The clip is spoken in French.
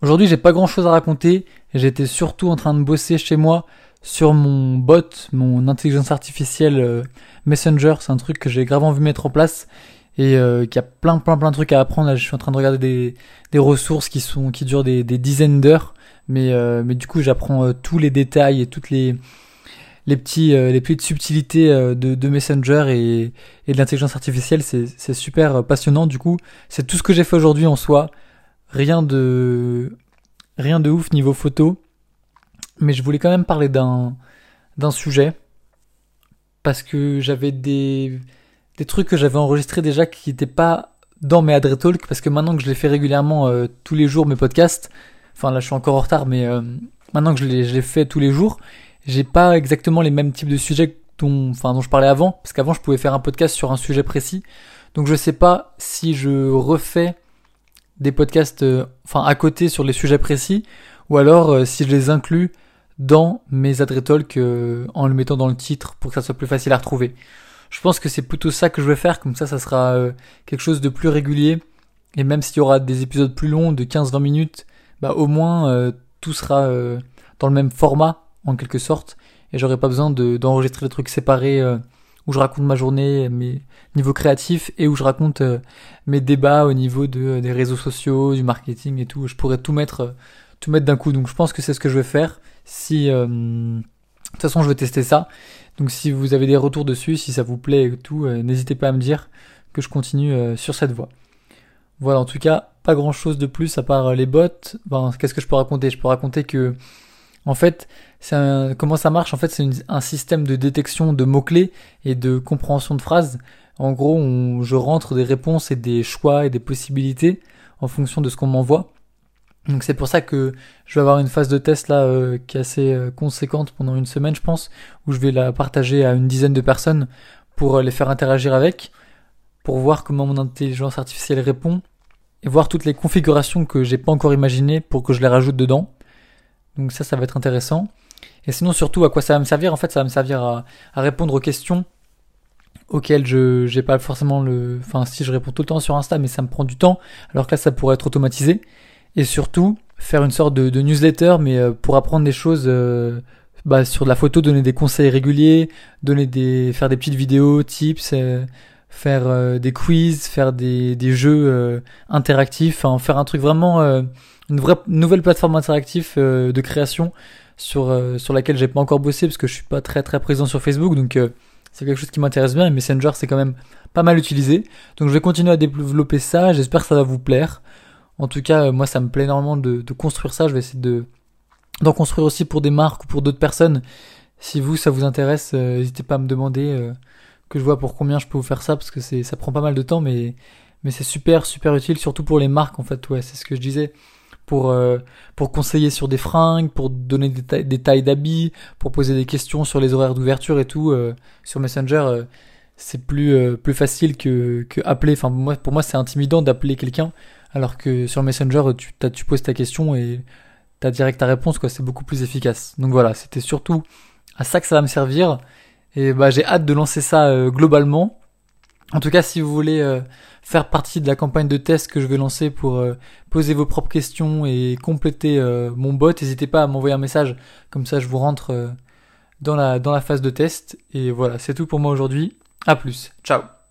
Aujourd'hui, j'ai pas grand chose à raconter. J'étais surtout en train de bosser chez moi sur mon bot, mon intelligence artificielle Messenger. C'est un truc que j'ai grave envie de mettre en place et qui a plein de trucs à apprendre. Là, je suis en train de regarder des ressources qui durent des dizaines d'heures. Mais du coup, j'apprends tous les détails et toutes les petites subtilités de Messenger et de l'intelligence artificielle. C'est super passionnant. Du coup, c'est tout ce que j'ai fait aujourd'hui en soi. Rien de ouf niveau photo, mais je voulais quand même parler d'un sujet parce que j'avais des trucs que j'avais enregistrés déjà qui n'étaient pas dans mes Adre Talk, parce que maintenant que je les fais régulièrement tous les jours mes podcasts, enfin là je suis encore en retard, mais maintenant que je les fais tous les jours, j'ai pas exactement les mêmes types de sujets dont je parlais avant, parce qu'avant je pouvais faire un podcast sur un sujet précis, donc je sais pas si je refais des podcasts à côté sur les sujets précis, ou alors si je les inclus dans mes Adre Talk en le mettant dans le titre pour que ça soit plus facile à retrouver. Je pense que c'est plutôt ça que je vais faire, comme ça sera quelque chose de plus régulier, et même s'il y aura des épisodes plus longs de 15-20 minutes, bah au moins tout sera dans le même format en quelque sorte, et j'aurai pas besoin d'enregistrer des trucs séparés où je raconte ma journée, mes niveaux créatifs, et où je raconte mes débats au niveau des réseaux sociaux, du marketing et tout. Je pourrais tout mettre d'un coup. Donc je pense que c'est ce que je vais faire. Si de toute façon je vais tester ça. Donc si vous avez des retours dessus, si ça vous plaît et tout, n'hésitez pas à me dire que je continue sur cette voie. Voilà, en tout cas, pas grand chose de plus à part les bots. Qu'est-ce que je peux raconter? Je peux raconter que en fait, comment ça marche? En fait, c'est un système de détection de mots-clés et de compréhension de phrases. En gros, je rentre des réponses et des choix et des possibilités en fonction de ce qu'on m'envoie. Donc c'est pour ça que je vais avoir une phase de test là qui est assez conséquente pendant une semaine, je pense, où je vais la partager à une dizaine de personnes pour les faire interagir avec, pour voir comment mon intelligence artificielle répond et voir toutes les configurations que j'ai pas encore imaginées pour que je les rajoute dedans. Donc ça va être intéressant. Et sinon, surtout, à quoi ça va me servir? En fait, ça va me servir à répondre aux questions auxquelles j'ai pas forcément si je réponds tout le temps sur Insta, mais ça me prend du temps, alors que là, ça pourrait être automatisé. Et surtout, faire une sorte de newsletter, mais pour apprendre des choses sur de la photo, donner des conseils réguliers, faire des petites vidéos, tips, faire des quiz, faire des jeux interactifs, faire un truc vraiment une vraie nouvelle plateforme interactive de création sur laquelle j'ai pas encore bossé parce que je suis pas très présent sur Facebook, donc c'est quelque chose qui m'intéresse bien, et Messenger c'est quand même pas mal utilisé, donc je vais continuer à développer ça. J'espère que ça va vous plaire. En tout cas, moi ça me plaît énormément de construire ça. Je vais essayer d'en construire aussi pour des marques ou pour d'autres personnes. Si ça vous intéresse, n'hésitez pas à me demander que je vois pour combien je peux vous faire ça, parce que ça prend pas mal de temps, mais c'est super utile, surtout pour les marques en fait. Ouais, c'est ce que je disais, pour conseiller sur des fringues, pour donner des tailles d'habits, pour poser des questions sur les horaires d'ouverture et tout. Sur Messenger, c'est plus facile que appeler. Pour moi c'est intimidant d'appeler quelqu'un, alors que sur Messenger tu poses ta question et t'as direct ta réponse, quoi. C'est beaucoup plus efficace. Donc voilà, c'était surtout à ça que ça va me servir, et j'ai hâte de lancer ça globalement. En tout cas, si vous voulez faire partie de la campagne de test que je vais lancer pour poser vos propres questions et compléter mon bot, n'hésitez pas à m'envoyer un message, comme ça je vous rentre dans la phase de test. Et voilà, c'est tout pour moi aujourd'hui. À plus, ciao.